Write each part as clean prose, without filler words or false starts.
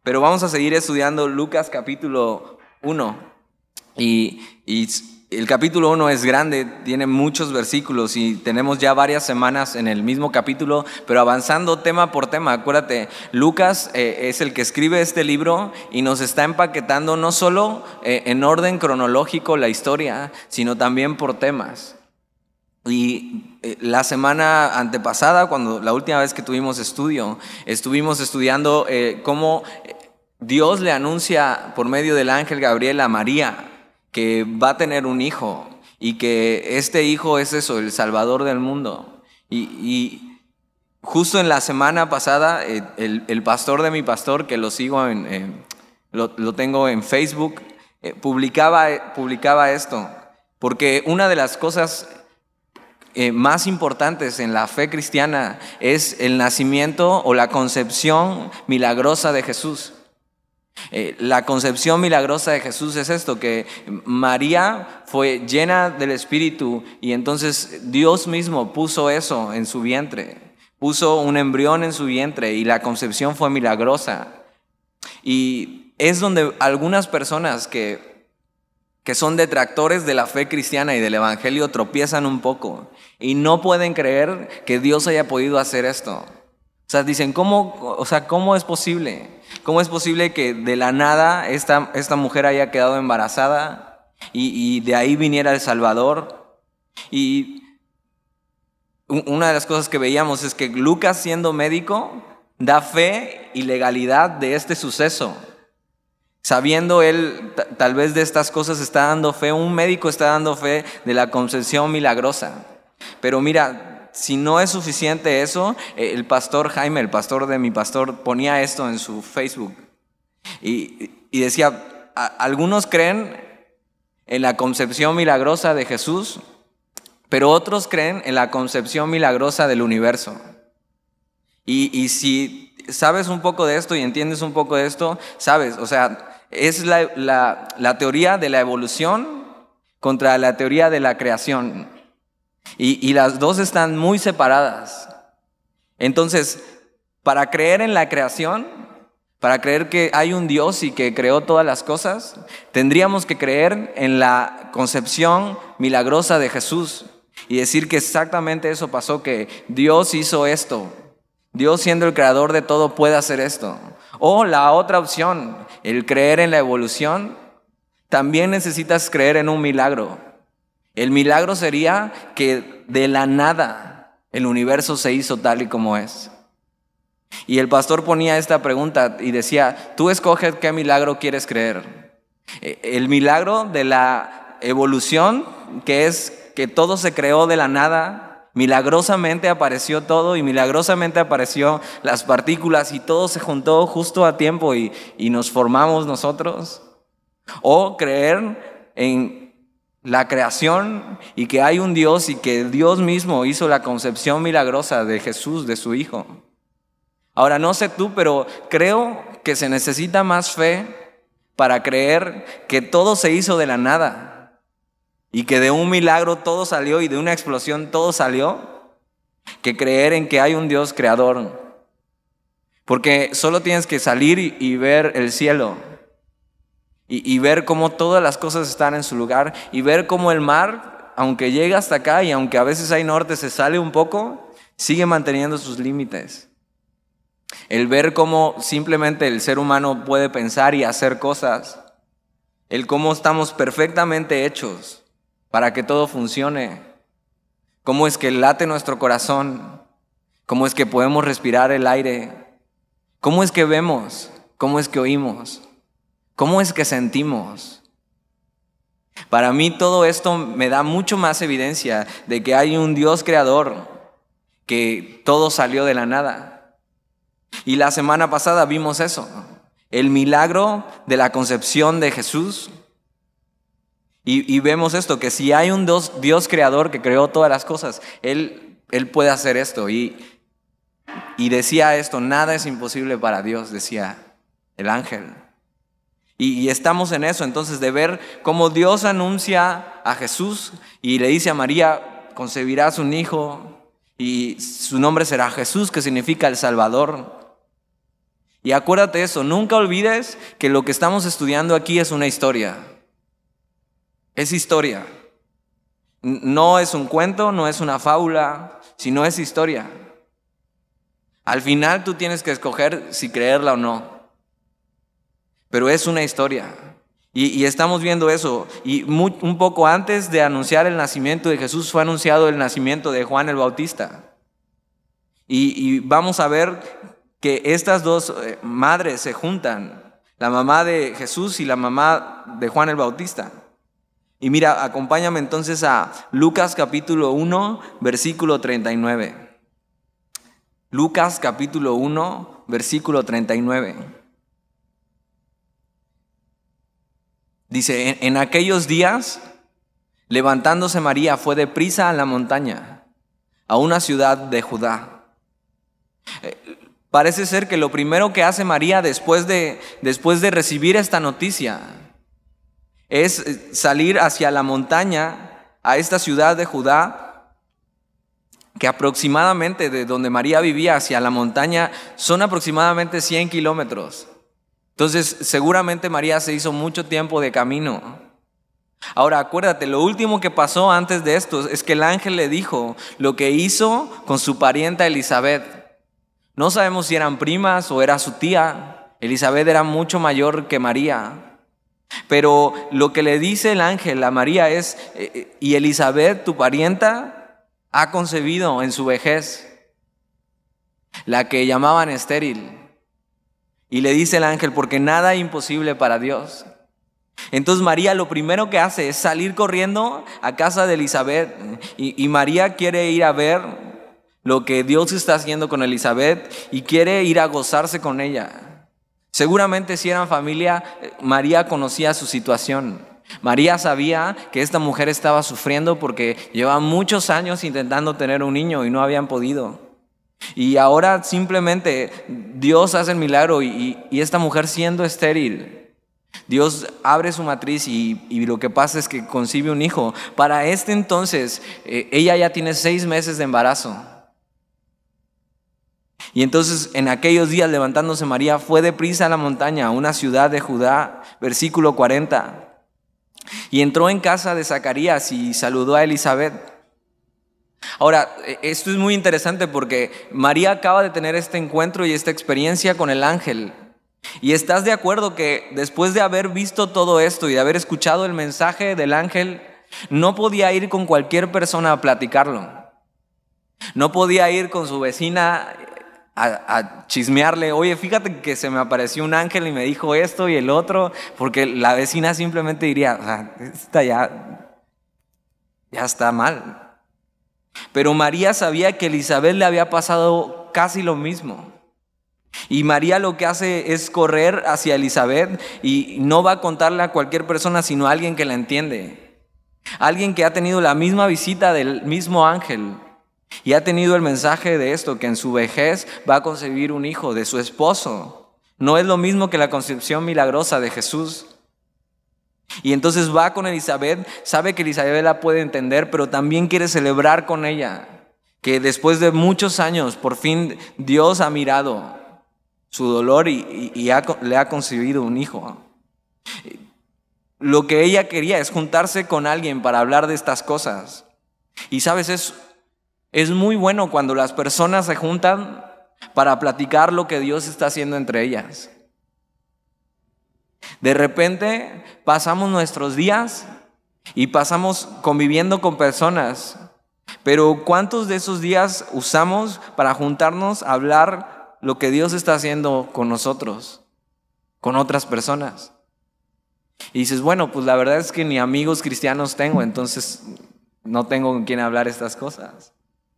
pero vamos a seguir estudiando Lucas capítulo 1. Y el capítulo 1 es grande, tiene muchos versículos y tenemos ya varias semanas en el mismo capítulo, pero avanzando tema por tema. Acuérdate, Lucas es el que escribe este libro y nos está empaquetando no solo en orden cronológico la historia, sino también por temas. Y la semana antepasada, cuando la última vez que tuvimos estudio, estuvimos estudiando cómo Dios le anuncia por medio del ángel Gabriel a María que va a tener un hijo y que este hijo es eso, el Salvador del mundo. Y justo en la semana pasada, el pastor de mi pastor, que lo sigo, lo tengo en Facebook, publicaba esto, porque una de las cosas más importantes en la fe cristiana es el nacimiento o la concepción milagrosa de Jesús. La concepción milagrosa de Jesús es esto, que María fue llena del Espíritu y entonces Dios mismo puso eso en su vientre, puso un embrión en su vientre y la concepción fue milagrosa. Y es donde algunas personas que son detractores de la fe cristiana y del evangelio tropiezan un poco y no pueden creer que Dios haya podido hacer esto. O sea, dicen, ¿cómo es posible? ¿Cómo es posible que de la nada esta mujer haya quedado embarazada y de ahí viniera el Salvador? Y una de las cosas que veíamos es que Lucas, siendo médico, da fe y legalidad de este suceso. Sabiendo él tal vez de estas cosas, está dando fe, un médico está dando fe de la concepción milagrosa. Pero mira, si no es suficiente eso, el pastor Jaime, el pastor de mi pastor, ponía esto en su Facebook y decía, algunos creen en la concepción milagrosa de Jesús, pero otros creen en la concepción milagrosa del universo. Y si sabes un poco de esto y entiendes un poco de esto, sabes, o sea, es la teoría de la evolución contra la teoría de la creación. Y las dos están muy separadas. Entonces, para creer en la creación, para creer que hay un Dios y que creó todas las cosas, tendríamos que creer en la concepción milagrosa de Jesús y decir que exactamente eso pasó, que Dios hizo esto. Dios, siendo el creador de todo, puede hacer esto. O la otra opción, el creer en la evolución, también necesitas creer en un milagro. El milagro sería que de la nada el universo se hizo tal y como es. Y el pastor ponía esta pregunta y decía, tú escoges qué milagro quieres creer. El milagro de la evolución, que es que todo se creó de la nada, milagrosamente apareció todo y milagrosamente apareció las partículas y todo se juntó justo a tiempo y nos formamos nosotros. O creer en la creación y que hay un Dios y que Dios mismo hizo la concepción milagrosa de Jesús, de su Hijo. Ahora, no sé tú, pero creo que se necesita más fe para creer que todo se hizo de la nada y que de un milagro todo salió y de una explosión todo salió, que creer en que hay un Dios creador. Porque solo tienes que salir y ver el cielo y ver cómo todas las cosas están en su lugar y ver cómo el mar, aunque llega hasta acá y aunque a veces hay norte, se sale un poco, sigue manteniendo sus límites. El ver cómo simplemente el ser humano puede pensar y hacer cosas, el cómo estamos perfectamente hechos para que todo funcione, cómo es que late nuestro corazón, cómo es que podemos respirar el aire, cómo es que vemos, cómo es que oímos, cómo es que sentimos. Para mí todo esto me da mucho más evidencia de que hay un Dios creador, que todo salió de la nada. Y la semana pasada vimos eso, el milagro de la concepción de Jesús. Y vemos esto, que si hay un Dios creador que creó todas las cosas, Él puede hacer esto. Y decía esto, nada es imposible para Dios, decía el ángel. Y estamos en eso, entonces, de ver cómo Dios anuncia a Jesús y le dice a María, concebirás un hijo y su nombre será Jesús, que significa el Salvador. Y acuérdate de eso, nunca olvides que lo que estamos estudiando aquí es una historia. Es historia. No es un cuento, no es una fábula, sino es historia. Al final tú tienes que escoger si creerla o no. Pero es una historia. Y estamos viendo eso. Y un poco antes de anunciar el nacimiento de Jesús fue anunciado el nacimiento de Juan el Bautista. Y vamos a ver que estas dos madres se juntan, la mamá de Jesús y la mamá de Juan el Bautista. Y mira, acompáñame entonces a Lucas capítulo 1, versículo 39. Lucas capítulo 1, versículo 39. Dice, en aquellos días, levantándose María, fue deprisa a la montaña, a una ciudad de Judá. Parece ser que lo primero que hace María después de recibir esta noticia es salir hacia la montaña, a esta ciudad de Judá, que aproximadamente de donde María vivía hacia la montaña son aproximadamente 100 kilómetros. Entonces seguramente María se hizo mucho tiempo de camino. Ahora acuérdate, lo último que pasó antes de esto es que el ángel le dijo lo que hizo con su parienta Elizabeth. No sabemos si eran primas o era su tía. Elizabeth era mucho mayor que María. Pero lo que le dice el ángel a María es, y Elizabeth, tu parienta, ha concebido en su vejez, la que llamaban estéril. Y le dice el ángel, porque nada es imposible para Dios. Entonces María lo primero que hace es salir corriendo a casa de Elizabeth. Y María quiere ir a ver lo que Dios está haciendo con Elizabeth y quiere ir a gozarse con ella. Seguramente si eran familia, María conocía su situación. María sabía que esta mujer estaba sufriendo porque llevaba muchos años intentando tener un niño y no habían podido. Y ahora simplemente Dios hace el milagro y esta mujer siendo estéril, Dios abre su matriz y lo que pasa es que concibe un hijo. Para este entonces, ella ya tiene 6 meses de embarazo. Y entonces en aquellos días levantándose María fue deprisa a la montaña, a una ciudad de Judá, versículo 40. Y entró en casa de Zacarías y saludó a Elizabeth. Ahora, esto es muy interesante porque María acaba de tener este encuentro y esta experiencia con el ángel. ¿Y estás de acuerdo que después de haber visto todo esto y de haber escuchado el mensaje del ángel, no podía ir con cualquier persona a platicarlo? No podía ir con su vecina a chismearle, oye, fíjate que se me apareció un ángel y me dijo esto y el otro, porque la vecina simplemente diría, o sea, esta ya está mal. Pero María sabía que a Elizabeth le había pasado casi lo mismo. Y María lo que hace es correr hacia Elizabeth y no va a contarle a cualquier persona, sino a alguien que la entiende. Alguien que ha tenido la misma visita del mismo ángel. Y ha tenido el mensaje de esto, que en su vejez va a concebir un hijo de su esposo. No es lo mismo que la concepción milagrosa de Jesús. Y entonces va con Elizabeth, sabe que Elizabeth la puede entender, pero también quiere celebrar con ella. Que después de muchos años, por fin Dios ha mirado su dolor y le ha concebido un hijo. Lo que ella quería es juntarse con alguien para hablar de estas cosas. Y sabes, es muy bueno cuando las personas se juntan para platicar lo que Dios está haciendo entre ellas. De repente pasamos nuestros días y pasamos conviviendo con personas, pero ¿cuántos de esos días usamos para juntarnos a hablar lo que Dios está haciendo con nosotros, con otras personas? Y dices, bueno, pues la verdad es que ni amigos cristianos tengo, entonces no tengo con quién hablar estas cosas.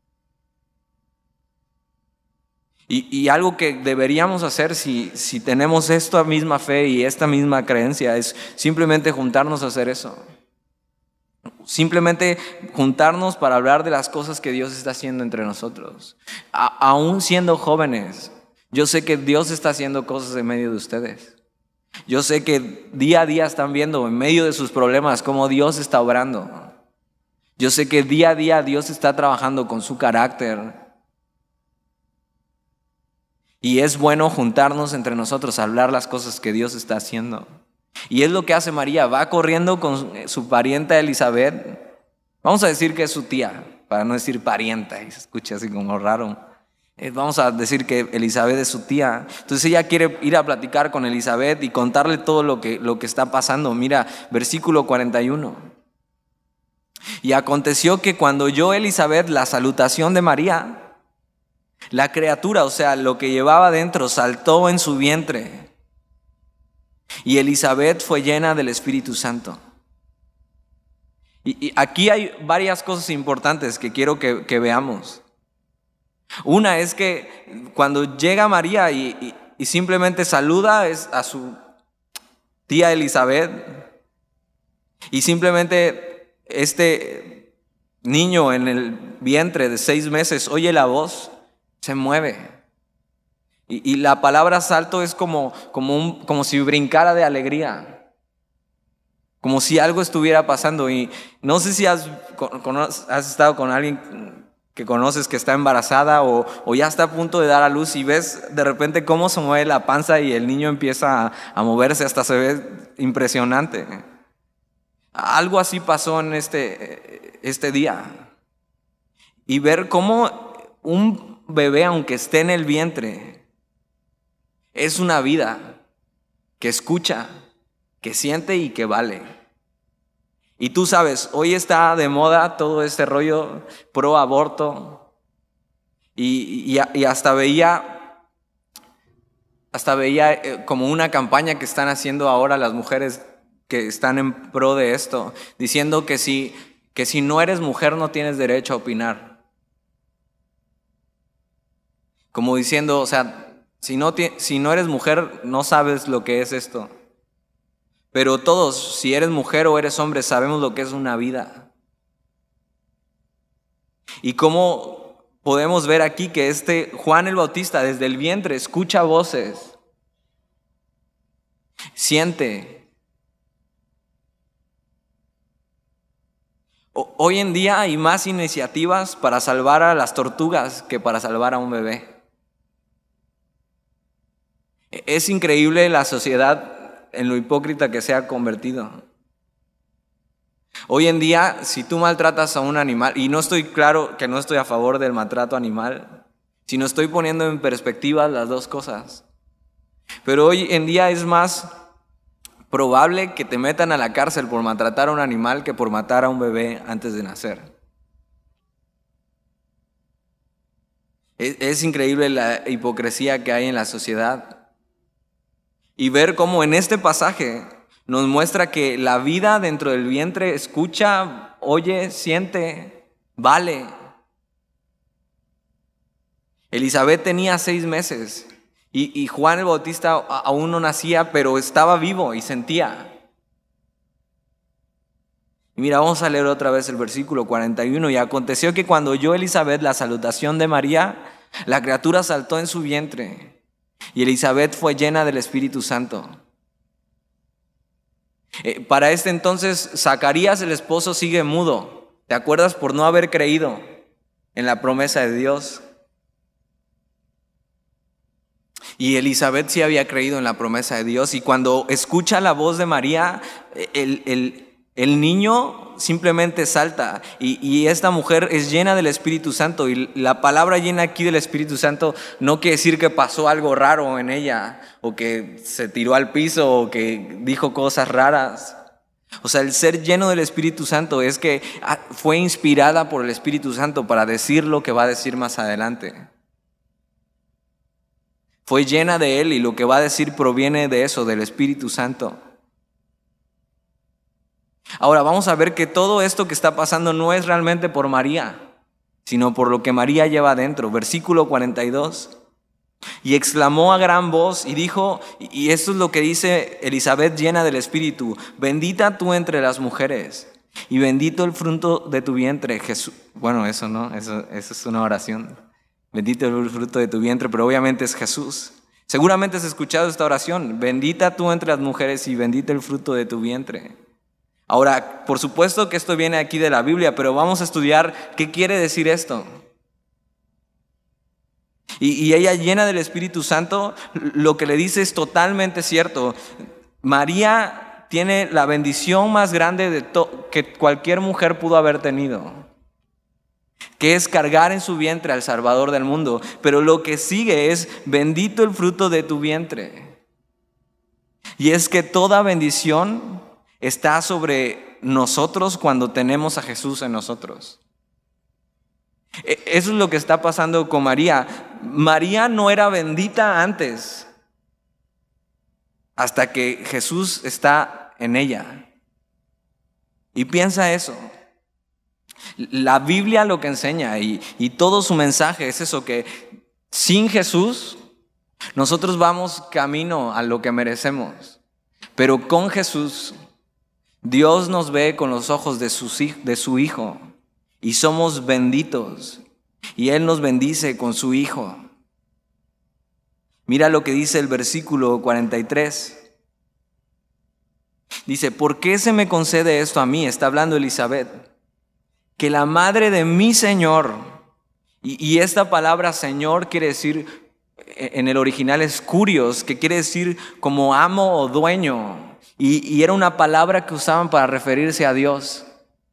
Y algo que deberíamos hacer si tenemos esta misma fe y esta misma creencia es simplemente juntarnos a hacer eso. Simplemente juntarnos para hablar de las cosas que Dios está haciendo entre nosotros. Aún siendo jóvenes, yo sé que Dios está haciendo cosas en medio de ustedes. Yo sé que día a día están viendo en medio de sus problemas cómo Dios está obrando. Yo sé que día a día Dios está trabajando con su carácter. Y es bueno juntarnos entre nosotros a hablar las cosas que Dios está haciendo. Y es lo que hace María, va corriendo con su parienta Elizabeth. Vamos a decir que es su tía, para no decir parienta, y se escucha así como raro. Vamos a decir que Elizabeth es su tía. Entonces ella quiere ir a platicar con Elizabeth y contarle todo lo que está pasando. Mira, versículo 41. Y aconteció que cuando oyó Elizabeth la salutación de María, la criatura, o sea, lo que llevaba dentro, saltó en su vientre. Y Elizabeth fue llena del Espíritu Santo. Y aquí hay varias cosas importantes que quiero que veamos. Una es que cuando llega María y simplemente saluda a su tía Elizabeth, y simplemente este niño en el vientre de 6 meses oye la voz, se mueve. Y la palabra salto es como si brincara de alegría, como si algo estuviera pasando. Y no sé si has estado con alguien que conoces que está embarazada o ya está a punto de dar a luz y ves de repente cómo se mueve la panza y el niño empieza a moverse, hasta se ve impresionante. Algo así pasó en este día. Y ver cómo un bebé, aunque esté en el vientre, es una vida que escucha, que siente y que vale. Y tú sabes, hoy está de moda todo este rollo pro aborto y hasta veía como una campaña que están haciendo ahora las mujeres que están en pro de esto, diciendo que si no eres mujer no tienes derecho a opinar. Como diciendo, o sea, si no eres mujer no sabes lo que es esto. Pero todos, si eres mujer o eres hombre, sabemos lo que es una vida. Y cómo podemos ver aquí que Juan el Bautista desde el vientre escucha voces, siente. Hoy en día hay más iniciativas para salvar a las tortugas que para salvar a un bebé. Es increíble la sociedad en lo hipócrita que se ha convertido. Hoy en día, si tú maltratas a un animal, y no estoy a favor del maltrato animal, sino estoy poniendo en perspectiva las dos cosas. Pero hoy en día es más probable que te metan a la cárcel por maltratar a un animal que por matar a un bebé antes de nacer. Es increíble la hipocresía que hay en la sociedad. Y ver cómo en este pasaje nos muestra que la vida dentro del vientre escucha, oye, siente, vale. Elizabeth tenía 6 meses y Juan el Bautista aún no nacía, pero estaba vivo y sentía. Y mira, vamos a leer otra vez el versículo 41. Y aconteció que cuando oyó Elizabeth la salutación de María, la criatura saltó en su vientre. Y Elizabeth fue llena del Espíritu Santo. Para este entonces, Zacarías, el esposo, sigue mudo. ¿Te acuerdas? Por no haber creído en la promesa de Dios. Y Elizabeth sí había creído en la promesa de Dios. Y cuando escucha la voz de María, el niño simplemente salta y esta mujer es llena del Espíritu Santo. Y la palabra llena aquí del Espíritu Santo no quiere decir que pasó algo raro en ella o que se tiró al piso o que dijo cosas raras. O sea, el ser lleno del Espíritu Santo es que fue inspirada por el Espíritu Santo para decir lo que va a decir más adelante. Fue llena de Él y lo que va a decir proviene de eso, del Espíritu Santo. Ahora vamos a ver que todo esto que está pasando no es realmente por María, sino por lo que María lleva adentro. Versículo 42. Y exclamó a gran voz y dijo, y esto es lo que dice Elizabeth llena del Espíritu: bendita tú entre las mujeres y bendito el fruto de tu vientre, Jesús. Bueno, eso no, eso es una oración. Bendito el fruto de tu vientre, pero obviamente es Jesús. Seguramente has escuchado esta oración: bendita tú entre las mujeres y bendito el fruto de tu vientre. Ahora, por supuesto que esto viene aquí de la Biblia, pero vamos a estudiar qué quiere decir esto. Y ella, llena del Espíritu Santo, lo que le dice es totalmente cierto. María tiene la bendición más grande que cualquier mujer pudo haber tenido, que es cargar en su vientre al Salvador del mundo. Pero lo que sigue es: bendito el fruto de tu vientre. Y es que toda bendición está sobre nosotros cuando tenemos a Jesús en nosotros. Eso es lo que está pasando con María. María no era bendita antes, hasta que Jesús está en ella. Y piensa eso. La Biblia lo que enseña y todo su mensaje es eso, que sin Jesús nosotros vamos camino a lo que merecemos. Pero con Jesús, Dios nos ve con los ojos de su Hijo y somos benditos. Y Él nos bendice con su Hijo. Mira lo que dice el versículo 43. Dice: ¿por qué se me concede esto a mí? Está hablando Elizabeth. Que la madre de mi Señor, y esta palabra Señor quiere decir, en el original es kurios, que quiere decir como amo o dueño. Y era una palabra que usaban para referirse a Dios.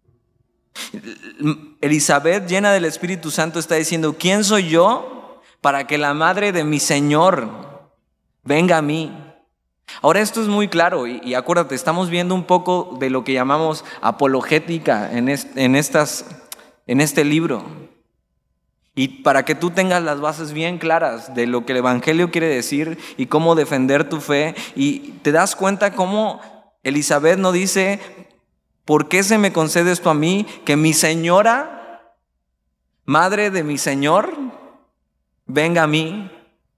Elizabeth, llena del Espíritu Santo, está diciendo: ¿quién soy yo para que la madre de mi Señor venga a mí? Ahora, esto es muy claro y acuérdate, estamos viendo un poco de lo que llamamos apologética en este libro. Y para que tú tengas las bases bien claras de lo que el Evangelio quiere decir y cómo defender tu fe, y te das cuenta cómo Elizabeth no dice: ¿por qué se me concede esto a mí? Que mi señora, madre de mi Señor, venga a mí.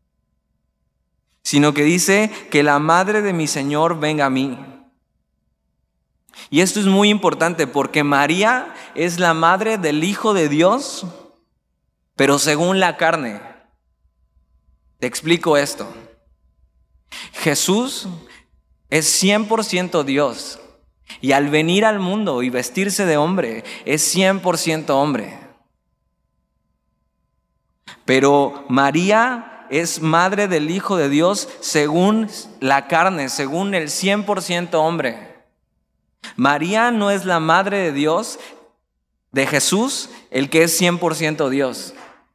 Sino que dice: que la madre de mi Señor venga a mí. Y esto es muy importante porque María es la madre del Hijo de Dios, pero según la carne. Te explico esto. Jesús es 100% Dios, y al venir al mundo y vestirse de hombre, es 100% hombre. Pero María es madre del Hijo de Dios según la carne, según el 100% hombre. María no es la madre de Dios, de Jesús, el que es 100% Dios.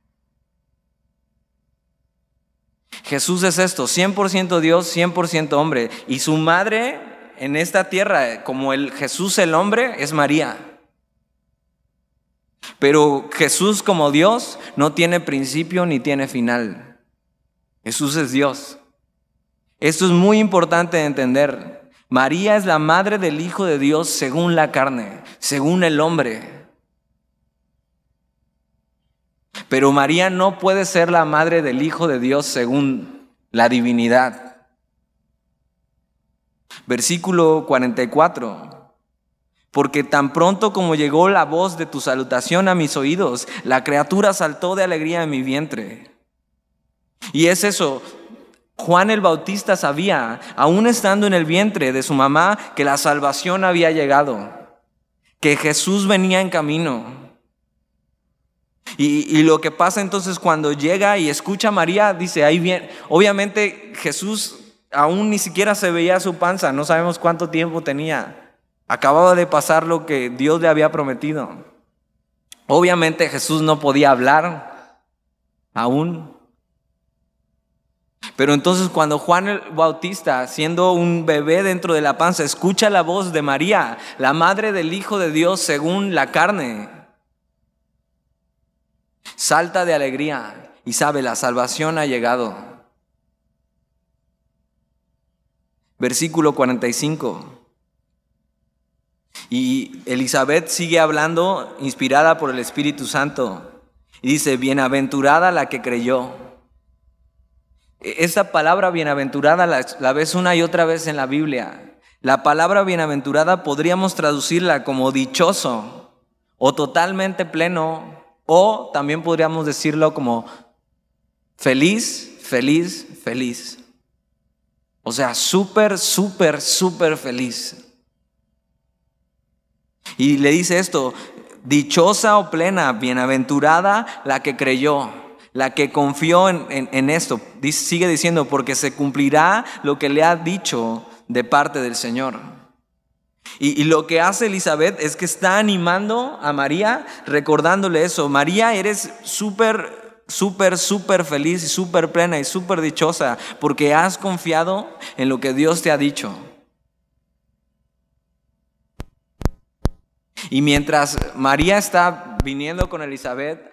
Jesús es esto, 100% Dios, 100% hombre. Y su madre en esta tierra, como el Jesús el hombre, es María. Pero Jesús como Dios no tiene principio ni tiene final. Jesús es Dios. Esto es muy importante de entender. María es la madre del Hijo de Dios según la carne, según el hombre. Pero María no puede ser la madre del Hijo de Dios según la divinidad. Versículo 44. Porque tan pronto como llegó la voz de tu salutación a mis oídos, la criatura saltó de alegría en mi vientre. Y es eso, Juan el Bautista sabía, aún estando en el vientre de su mamá, que la salvación había llegado, que Jesús venía en camino. Y lo que pasa entonces cuando llega y escucha a María, dice: ahí viene. Obviamente Jesús aún ni siquiera se veía su panza, no sabemos cuánto tiempo tenía. Acababa de pasar lo que Dios le había prometido. Obviamente Jesús no podía hablar aún. Pero entonces cuando Juan el Bautista, siendo un bebé dentro de la panza, escucha la voz de María, la madre del Hijo de Dios según la carne, salta de alegría y sabe: la salvación ha llegado. Versículo 45. Y Elizabeth sigue hablando, inspirada por el Espíritu Santo, y dice: bienaventurada la que creyó. Esta palabra bienaventurada la ves una y otra vez en la Biblia. La palabra bienaventurada podríamos traducirla como dichoso o totalmente pleno, o también podríamos decirlo como feliz, feliz, feliz. O sea, súper, súper, súper feliz. Y le dice esto: dichosa o plena, bienaventurada la que creyó. la que confió en esto. Sigue diciendo, porque se cumplirá lo que le ha dicho de parte del Señor. Y lo que hace Elizabeth es que está animando a María, recordándole eso. María, eres súper feliz y súper plena y súper dichosa porque has confiado en lo que Dios te ha dicho. Y mientras María está viniendo con Elizabeth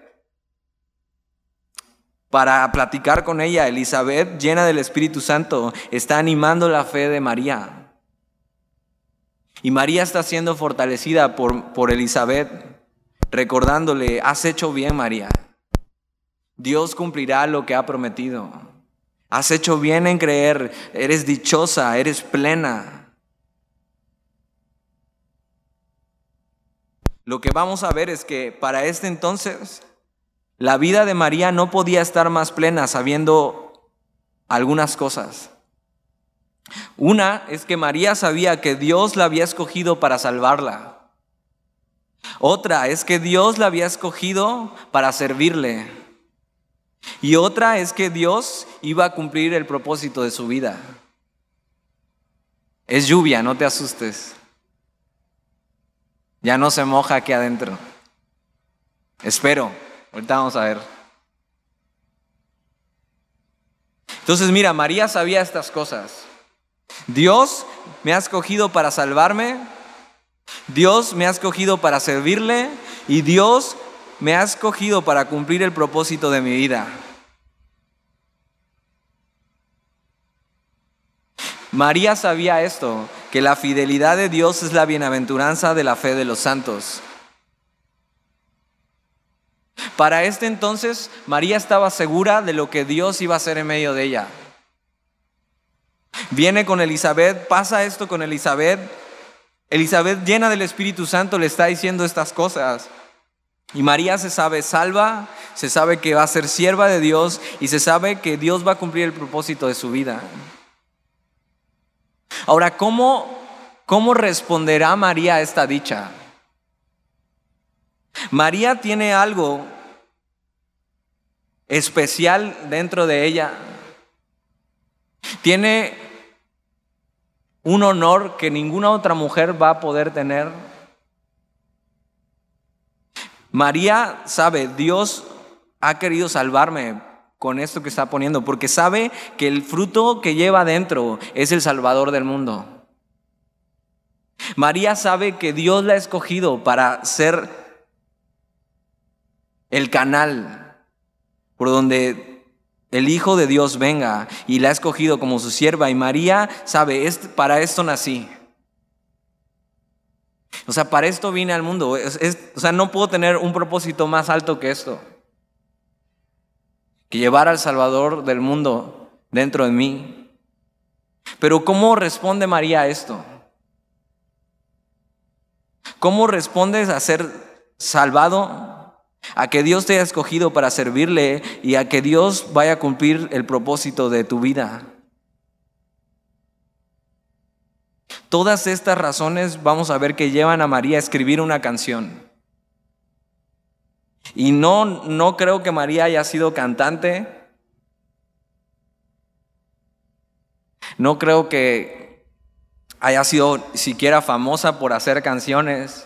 para platicar con ella, Elizabeth, llena del Espíritu Santo, está animando la fe de María. Y María está siendo fortalecida por Elizabeth, recordándole, has hecho bien, María. Dios cumplirá lo que ha prometido. Has hecho bien en creer, eres dichosa, eres plena. Lo que vamos a ver es que para este entonces, la vida de María no podía estar más plena sabiendo algunas cosas. Una es que María sabía que Dios la había escogido para salvarla. Otra es que Dios la había escogido para servirle. Y otra es que Dios iba a cumplir el propósito de su vida. Es lluvia, no te asustes. Ya no se moja aquí adentro. Espero, ahorita vamos a ver. Entonces mira, María sabía estas cosas. Dios me ha escogido para salvarme, Dios me ha escogido para servirle y Dios me ha escogido para cumplir el propósito de mi vida. María sabía esto, que la fidelidad de Dios es la bienaventuranza de la fe de los santos. Para este entonces, María estaba segura de lo que Dios iba a hacer en medio de ella. Viene con Elizabeth, pasa esto con Elizabeth. Elizabeth, llena del Espíritu Santo, le está diciendo estas cosas. Y María se sabe salva, se sabe que va a ser sierva de Dios y se sabe que Dios va a cumplir el propósito de su vida. Ahora, ¿cómo responderá María a esta dicha? María tiene algo especial dentro de ella. Tiene un honor que ninguna otra mujer va a poder tener. María sabe, Dios ha querido salvarme con esto que está poniendo, porque sabe que el fruto que lleva dentro es el Salvador del mundo. María sabe que Dios la ha escogido para ser el canal por donde el Hijo de Dios venga, y la ha escogido como su sierva. Y María sabe, para esto nací. O sea, para esto vine al mundo. O sea, no puedo tener un propósito más alto que esto, que llevar al Salvador del mundo dentro de mí. Pero ¿cómo responde María a esto? ¿Cómo respondes a ser salvado? A que Dios te haya escogido para servirle y a que Dios vaya a cumplir el propósito de tu vida. Todas estas razones vamos a ver que llevan a María a escribir una canción. Y no creo que María haya sido cantante. No creo que haya sido siquiera famosa por hacer canciones.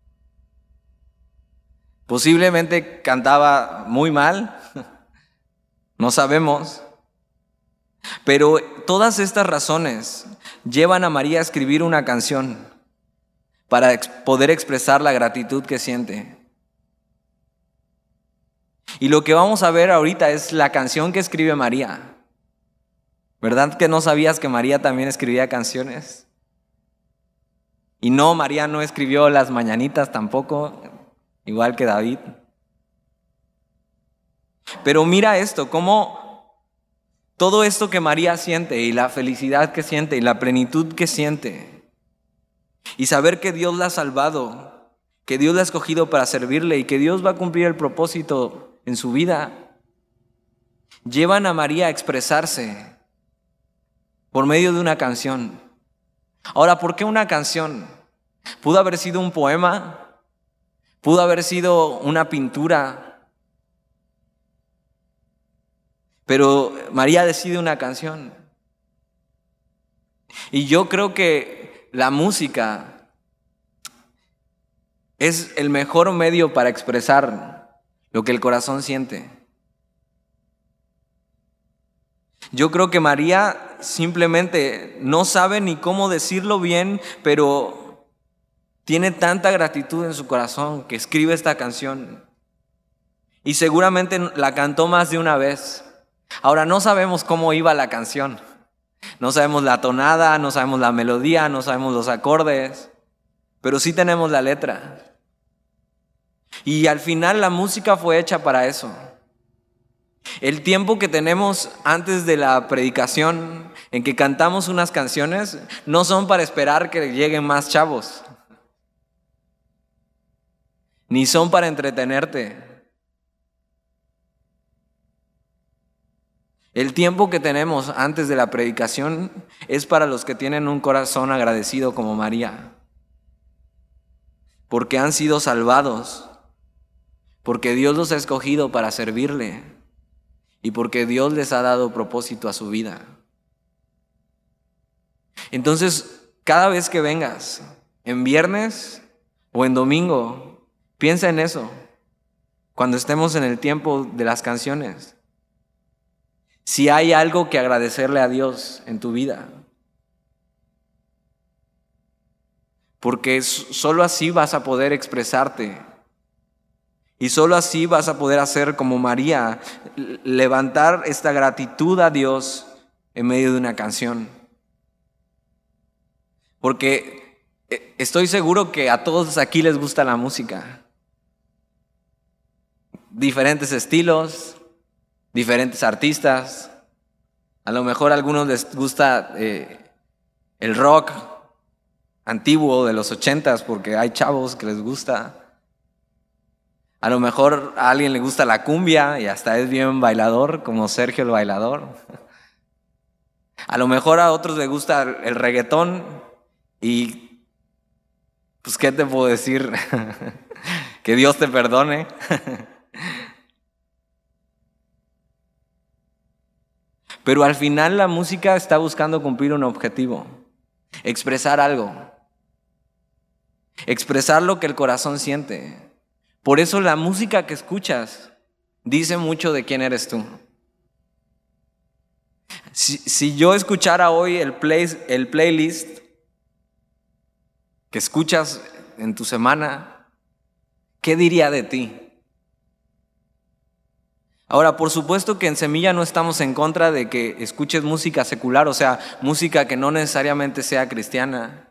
Posiblemente cantaba muy mal, no sabemos. Pero todas estas razones llevan a María a escribir una canción para poder expresar la gratitud que siente. Y lo que vamos a ver ahorita es la canción que escribe María. ¿Verdad que no sabías que María también escribía canciones? Y no, María no escribió las mañanitas tampoco, igual que David. Pero mira esto, cómo todo esto que María siente y la felicidad que siente y la plenitud que siente y saber que Dios la ha salvado, que Dios la ha escogido para servirle y que Dios va a cumplir el propósito en su vida, llevan a María a expresarse por medio de una canción. Ahora, ¿por qué una canción? Pudo haber sido un poema, pudo haber sido una pintura, Pero María decide una canción. Y yo creo que la música es el mejor medio para expresar lo que el corazón siente. Yo creo que María simplemente no sabe ni cómo decirlo bien, pero tiene tanta gratitud en su corazón que escribe esta canción. Y seguramente la cantó más de una vez. Ahora, no sabemos cómo iba la canción. No sabemos la tonada, no sabemos la melodía, no sabemos los acordes, pero sí tenemos la letra. Y al final la música fue hecha para eso. El tiempo que tenemos antes de la predicación, en que cantamos unas canciones, no son para esperar que lleguen más chavos, ni son para entretenerte. El tiempo que tenemos antes de la predicación es para los que tienen un corazón agradecido como María, porque han sido salvados, porque Dios los ha escogido para servirle y porque Dios les ha dado propósito a su vida. Entonces, cada vez que vengas, en viernes o en domingo, piensa en eso, cuando estemos en el tiempo de las canciones. Si hay algo que agradecerle a Dios en tu vida. Porque solo así vas a poder expresarte. Y solo así vas a poder hacer como María, levantar esta gratitud a Dios en medio de una canción. Porque estoy seguro que a todos aquí les gusta la música. Diferentes estilos, diferentes artistas. A lo mejor a algunos les gusta el rock antiguo de los 80s porque hay chavos que les gusta. A lo mejor a alguien le gusta la cumbia y hasta es bien bailador, como Sergio el bailador. A lo mejor a otros les gusta el reggaetón y pues ¿qué te puedo decir? Que Dios te perdone. Pero al final la música está buscando cumplir un objetivo, expresar algo, expresar lo que el corazón siente. Por eso la música que escuchas dice mucho de quién eres tú. Si yo escuchara hoy el playlist que escuchas en tu semana, ¿qué diría de ti? Ahora, por supuesto que en Semilla no estamos en contra de que escuches música secular, o sea, música que no necesariamente sea cristiana.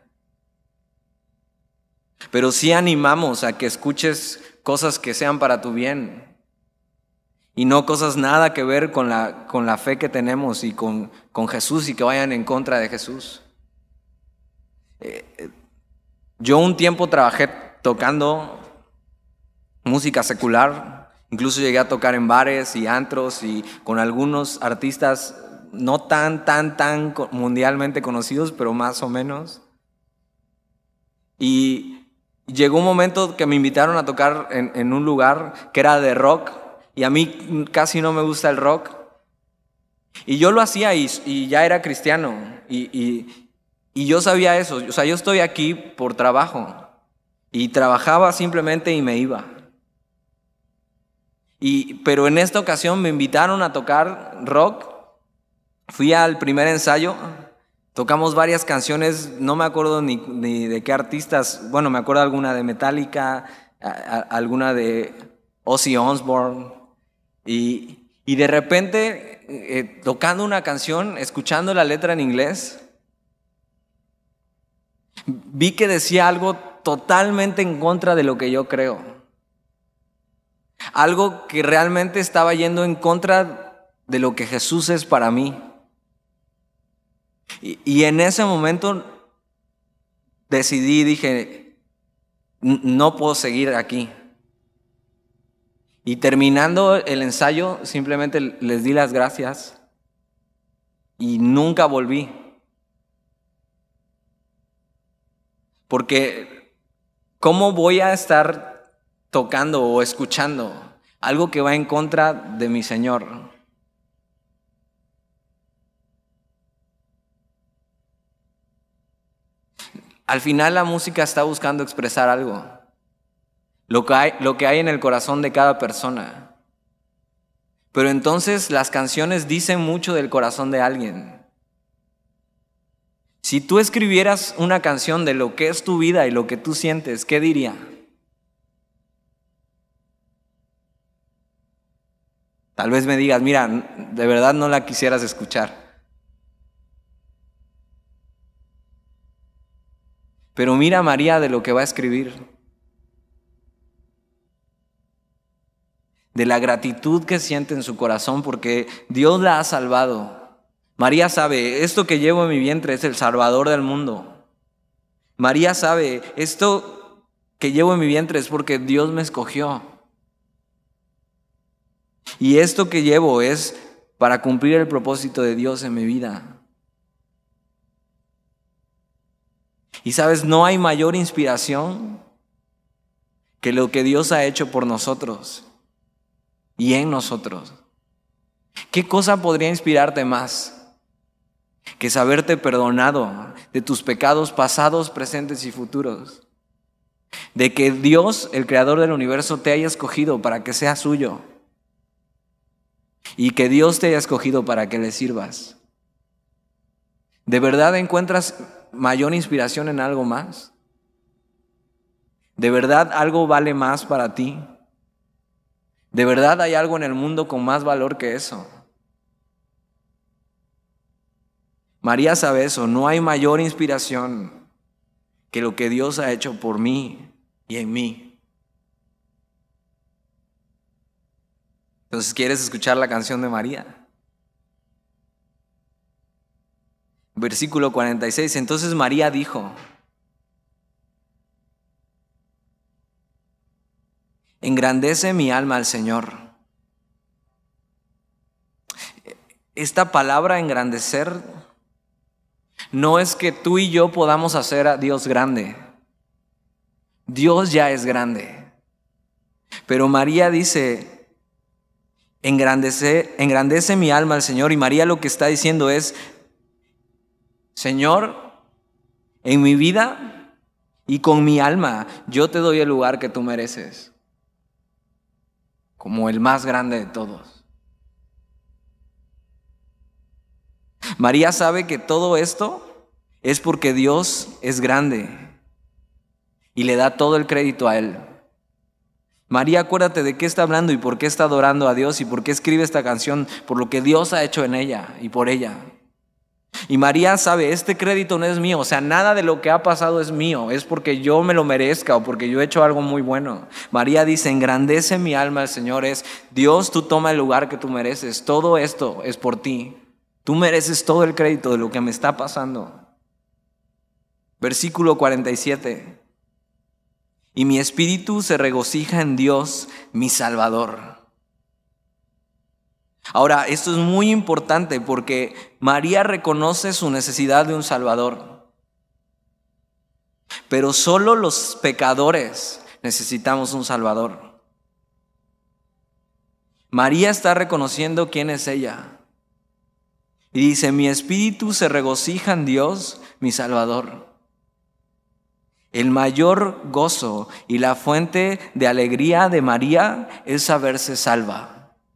Pero sí animamos a que escuches cosas que sean para tu bien y no cosas nada que ver con la fe que tenemos y con Jesús y que vayan en contra de Jesús. Yo un tiempo trabajé tocando música secular, incluso llegué a tocar en bares y antros y con algunos artistas no tan mundialmente conocidos, pero más o menos. Y llegó un momento que me invitaron a tocar en un lugar que era de rock y a mí casi no me gusta el rock. Y yo lo hacía y ya era cristiano y yo sabía eso. O sea, yo estoy aquí por trabajo y trabajaba simplemente y me iba. Pero en esta ocasión me invitaron a tocar rock. Fui al primer ensayo. Tocamos varias canciones, no me acuerdo ni de qué artistas. Bueno, me acuerdo alguna de Metallica, alguna de Ozzy Osbourne. Y de repente, tocando una canción, escuchando la letra en inglés, vi que decía algo totalmente en contra de lo que yo creo. Algo que realmente estaba yendo en contra de lo que Jesús es para mí. Y en ese momento decidí, dije, no puedo seguir aquí. Y terminando el ensayo, simplemente les di las gracias y nunca volví. Porque ¿cómo voy a estar tocando o escuchando algo que va en contra de mi Señor? Al final la música está buscando expresar algo, lo que hay en el corazón de cada persona. Pero entonces las canciones dicen mucho del corazón de alguien. Si tú escribieras una canción de lo que es tu vida y lo que tú sientes, ¿qué diría? Tal vez me digas, mira, de verdad no la quisieras escuchar. Pero mira María de lo que va a escribir. De la gratitud que siente en su corazón porque Dios la ha salvado. María sabe, esto que llevo en mi vientre es el Salvador del mundo. María sabe, esto que llevo en mi vientre es porque Dios me escogió. Y esto que llevo es para cumplir el propósito de Dios en mi vida. Y sabes, no hay mayor inspiración que lo que Dios ha hecho por nosotros y en nosotros. ¿Qué cosa podría inspirarte más que saberte perdonado de tus pecados pasados, presentes y futuros? De que Dios, el creador del universo, te haya escogido para que seas suyo. Y que Dios te haya escogido para que le sirvas. ¿De verdad encuentras mayor inspiración en algo más? ¿De verdad algo vale más para ti? ¿De verdad hay algo en el mundo con más valor que eso? María sabe eso, no hay mayor inspiración que lo que Dios ha hecho por mí y en mí. Entonces, ¿quieres escuchar la canción de María? Versículo 46, entonces María dijo: engrandece mi alma al Señor. Esta palabra engrandecer no es que tú y yo podamos hacer a Dios grande. Dios ya es grande. Pero María dice: engrandece mi alma al Señor. Y María lo que está diciendo es: Señor, en mi vida y con mi alma, yo te doy el lugar que tú mereces, como el más grande de todos. María sabe que todo esto es porque Dios es grande y le da todo el crédito a Él. María, acuérdate de qué está hablando y por qué está adorando a Dios y por qué escribe esta canción, por lo que Dios ha hecho en ella y por ella. Y María sabe, este crédito no es mío, o sea, nada de lo que ha pasado es mío, es porque yo me lo merezca o porque yo he hecho algo muy bueno. María dice: engrandece mi alma al Señor, es Dios, tú toma el lugar que tú mereces, todo esto es por ti, tú mereces todo el crédito de lo que me está pasando. Versículo 47, y mi espíritu se regocija en Dios, mi Salvador. Ahora, esto es muy importante porque María reconoce su necesidad de un Salvador. Pero solo los pecadores necesitamos un Salvador. María está reconociendo quién es ella. Y dice: mi espíritu se regocija en Dios, mi Salvador. El mayor gozo y la fuente de alegría de María es saberse salva.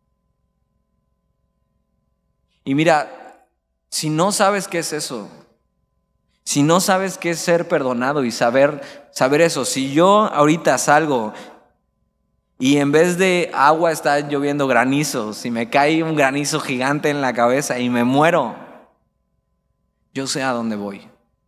Y mira, si no sabes qué es eso, si no sabes qué es ser perdonado y saber eso, si yo ahorita salgo y en vez de agua está lloviendo granizo, si me cae un granizo gigante en la cabeza y me muero, yo sé a dónde voy.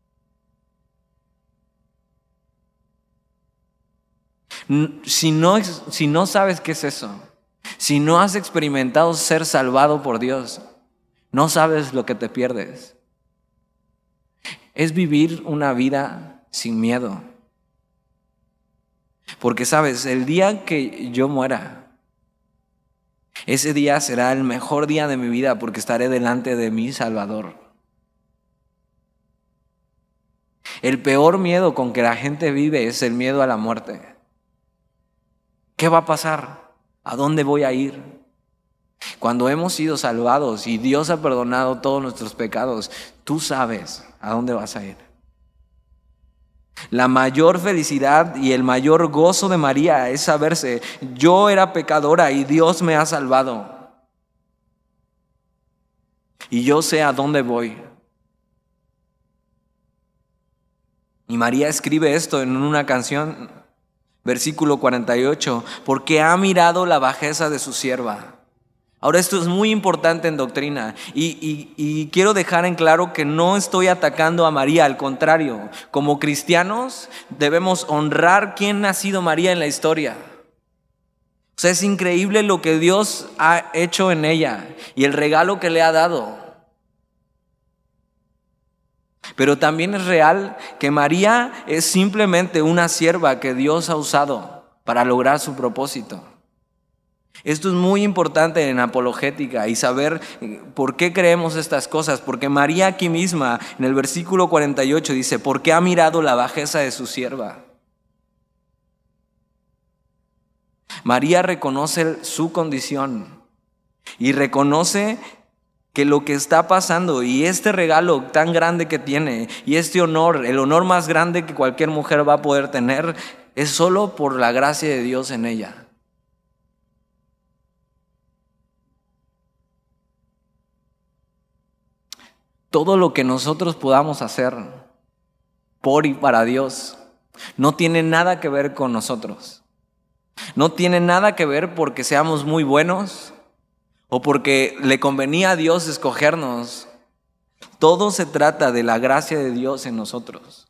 Si no sabes qué es eso, si no has experimentado ser salvado por Dios, no sabes lo que te pierdes. Es vivir una vida sin miedo. Porque sabes, el día que yo muera, ese día será el mejor día de mi vida porque estaré delante de mi Salvador. El peor miedo con que la gente vive es el miedo a la muerte. ¿Qué va a pasar? ¿A dónde voy a ir? Cuando hemos sido salvados y Dios ha perdonado todos nuestros pecados, tú sabes a dónde vas a ir. La mayor felicidad y el mayor gozo de María es saberse: yo era pecadora y Dios me ha salvado. Y yo sé a dónde voy. Y María escribe esto en una canción, versículo 48, porque ha mirado la bajeza de su sierva. Ahora, esto es muy importante en doctrina y quiero dejar en claro que no estoy atacando a María, al contrario. Como cristianos debemos honrar quién ha sido María en la historia. O sea, es increíble lo que Dios ha hecho en ella y el regalo que le ha dado. Pero también es real que María es simplemente una sierva que Dios ha usado para lograr su propósito. Esto es muy importante en apologética y saber por qué creemos estas cosas. Porque María aquí misma, en el versículo 48, dice: porque ha mirado la bajeza de su sierva. María reconoce su condición y reconoce que lo que está pasando y este regalo tan grande que tiene y este honor, el honor más grande que cualquier mujer va a poder tener, es solo por la gracia de Dios en ella. Todo lo que nosotros podamos hacer por y para Dios no tiene nada que ver con nosotros. No tiene nada que ver porque seamos muy buenos o porque le convenía a Dios escogernos. Todo se trata de la gracia de Dios en nosotros.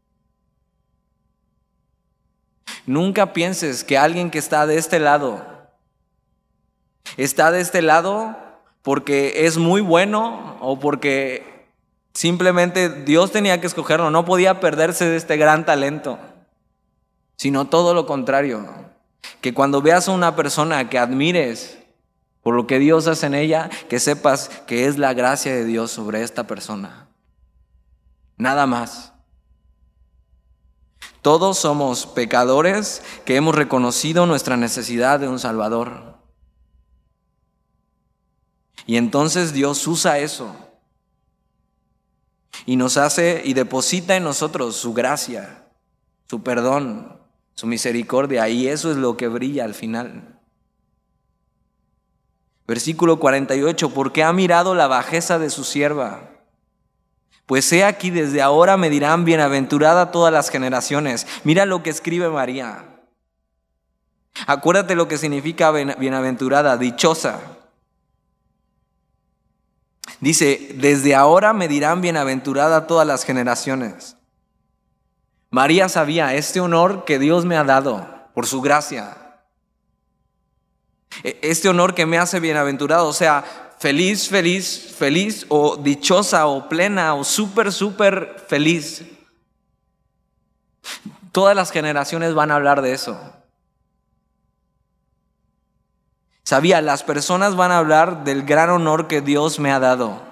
Nunca pienses que alguien que está de este lado porque es muy bueno o porque simplemente Dios tenía que escogerlo, no podía perderse de este gran talento, sino todo lo contrario, que cuando veas a una persona que admires por lo que Dios hace en ella, que sepas que es la gracia de Dios sobre esta persona. Nada más. Todos somos pecadores que hemos reconocido nuestra necesidad de un Salvador. Y entonces Dios usa eso y nos hace y deposita en nosotros su gracia, su perdón, su misericordia, y eso es lo que brilla al final. Versículo 48, porque ha mirado la bajeza de su sierva. Pues he aquí, desde ahora me dirán bienaventurada todas las generaciones. Mira lo que escribe María. Acuérdate lo que significa bienaventurada, dichosa. Dice: desde ahora me dirán bienaventurada todas las generaciones. María sabía este honor que Dios me ha dado por su gracia. Este honor que me hace bienaventurado, o sea, feliz, feliz, feliz, o dichosa, o plena, o súper, súper feliz. Todas las generaciones van a hablar de eso. Sabía, las personas van a hablar del gran honor que Dios me ha dado.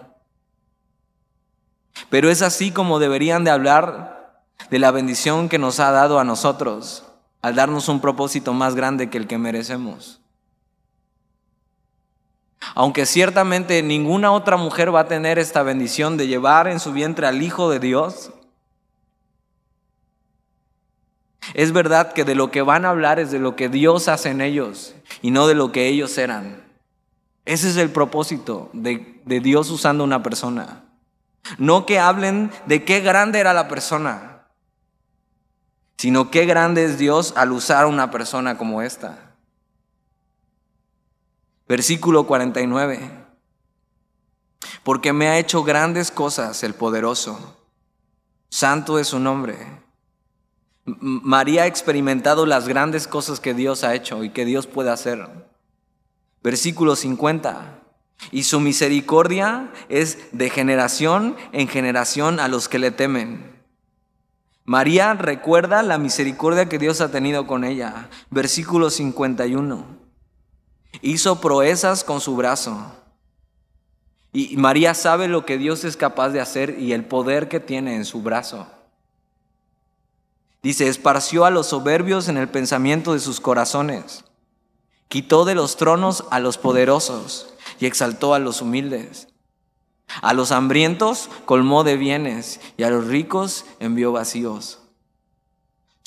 Pero es así como deberían de hablar de la bendición que nos ha dado a nosotros, al darnos un propósito más grande que el que merecemos. Aunque ciertamente ninguna otra mujer va a tener esta bendición de llevar en su vientre al Hijo de Dios, es verdad que de lo que van a hablar es de lo que Dios hace en ellos y no de lo que ellos eran. Ese es el propósito de Dios usando una persona. No que hablen de qué grande era la persona, sino qué grande es Dios al usar a una persona como esta. Versículo 49. Porque me ha hecho grandes cosas el poderoso. Santo es su nombre. María ha experimentado las grandes cosas que Dios ha hecho y que Dios puede hacer. Versículo 50. Y su misericordia es de generación en generación a los que le temen. María recuerda la misericordia que Dios ha tenido con ella. Versículo 51. Hizo proezas con su brazo. Y María sabe lo que Dios es capaz de hacer y el poder que tiene en su brazo. Dice: esparció a los soberbios en el pensamiento de sus corazones. Quitó de los tronos a los poderosos y exaltó a los humildes. A los hambrientos colmó de bienes y a los ricos envió vacíos.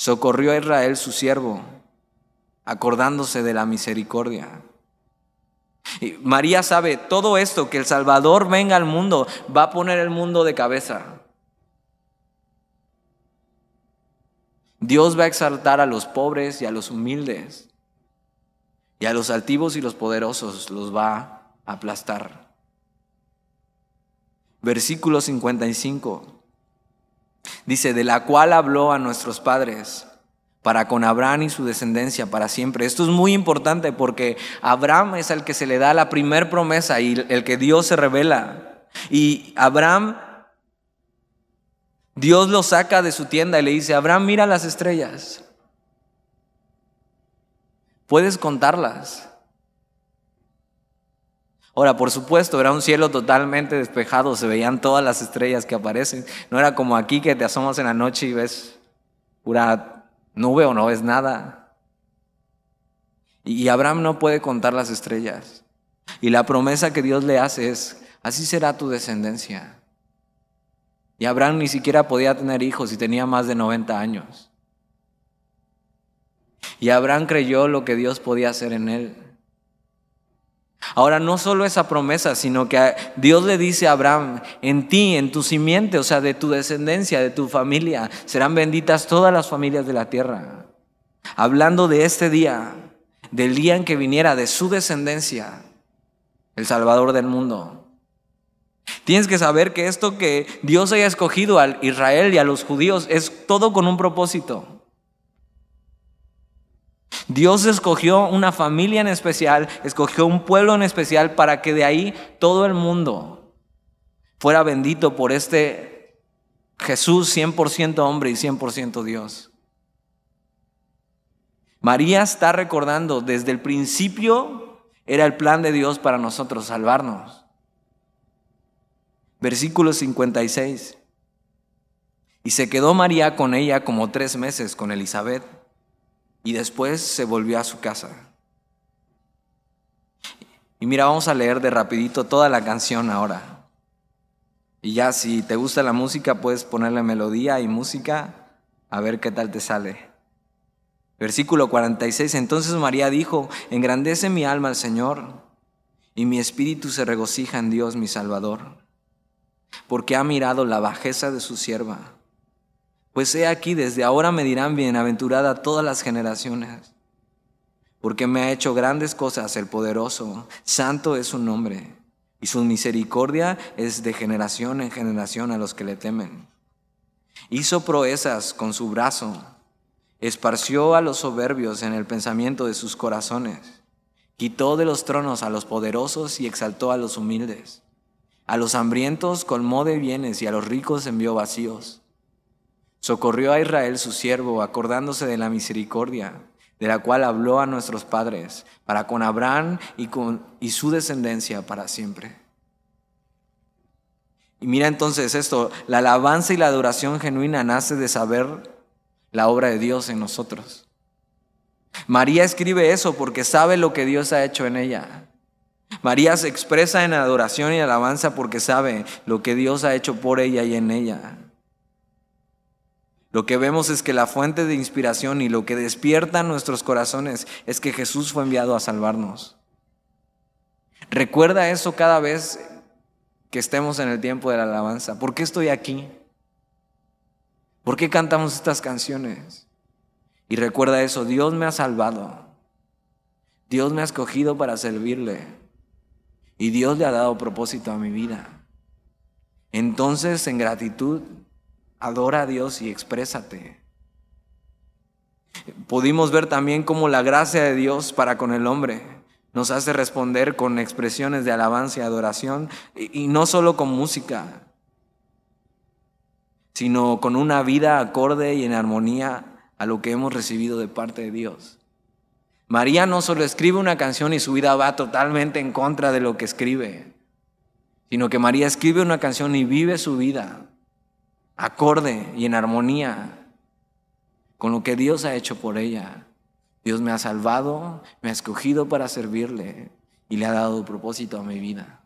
Socorrió a Israel su siervo, acordándose de la misericordia. Y María sabe todo esto, que el Salvador venga al mundo, va a poner el mundo de cabeza. Dios va a exaltar a los pobres y a los humildes, y a los altivos y los poderosos los va a aplastar. Versículo 55 dice: de la cual habló a nuestros padres, para con Abraham y su descendencia para siempre. Esto es muy importante porque Abraham es al que se le da la primer promesa y el que Dios se revela. Y Abraham, Dios lo saca de su tienda y le dice: Abraham, mira las estrellas. ¿Puedes contarlas? Ahora, por supuesto, era un cielo totalmente despejado, se veían todas las estrellas que aparecen. No era como aquí que te asomas en la noche y ves pura nube o no ves nada. Y Abraham no puede contar las estrellas. Y la promesa que Dios le hace es: así será tu descendencia. Y Abraham ni siquiera podía tener hijos y tenía más de 90 años. Y Abraham creyó lo que Dios podía hacer en él. Ahora, no solo esa promesa, sino que Dios le dice a Abraham: en ti, en tu simiente, o sea, de tu descendencia, de tu familia, serán benditas todas las familias de la tierra. Hablando de este día, del día en que viniera de su descendencia el Salvador del mundo. Tienes que saber que esto que Dios haya escogido a Israel y a los judíos es todo con un propósito. Dios escogió una familia en especial, escogió un pueblo en especial para que de ahí todo el mundo fuera bendito por este Jesús 100% hombre y 100% Dios. María está recordando desde el principio era el plan de Dios para nosotros salvarnos. Versículo 56. Y se quedó María con ella como 3 meses con Elizabeth. Y después se volvió a su casa. Y mira, vamos a leer de rapidito toda la canción ahora. Y ya si te gusta la música, puedes ponerle melodía y música, a ver qué tal te sale. Versículo 46. Entonces María dijo: engrandece mi alma al Señor, y mi espíritu se regocija en Dios mi Salvador, porque ha mirado la bajeza de su sierva. Pues he aquí, desde ahora me dirán bienaventurada todas las generaciones, porque me ha hecho grandes cosas el poderoso, santo es su nombre, y su misericordia es de generación en generación a los que le temen. Hizo proezas con su brazo, esparció a los soberbios en el pensamiento de sus corazones, quitó de los tronos a los poderosos y exaltó a los humildes. A los hambrientos colmó de bienes y a los ricos envió vacíos. Socorrió a Israel su siervo, acordándose de la misericordia, de la cual habló a nuestros padres, para con Abraham y su descendencia para siempre. Y mira entonces esto, la alabanza y la adoración genuina nace de saber la obra de Dios en nosotros. María escribe eso porque sabe lo que Dios ha hecho en ella. María se expresa en adoración y alabanza porque sabe lo que Dios ha hecho por ella y en ella. Lo que vemos es que la fuente de inspiración y lo que despierta nuestros corazones es que Jesús fue enviado a salvarnos. Recuerda eso cada vez que estemos en el tiempo de la alabanza. ¿Por qué estoy aquí? ¿Por qué cantamos estas canciones? Y recuerda eso: Dios me ha salvado. Dios me ha escogido para servirle. Y Dios le ha dado propósito a mi vida. Entonces, en gratitud, adora a Dios y exprésate. Pudimos ver también cómo la gracia de Dios para con el hombre nos hace responder con expresiones de alabanza y adoración, y no solo con música, sino con una vida acorde y en armonía a lo que hemos recibido de parte de Dios. María no solo escribe una canción y su vida va totalmente en contra de lo que escribe, sino que María escribe una canción y vive su vida acorde y en armonía con lo que Dios ha hecho por ella. Dios me ha salvado, me ha escogido para servirle y le ha dado propósito a mi vida.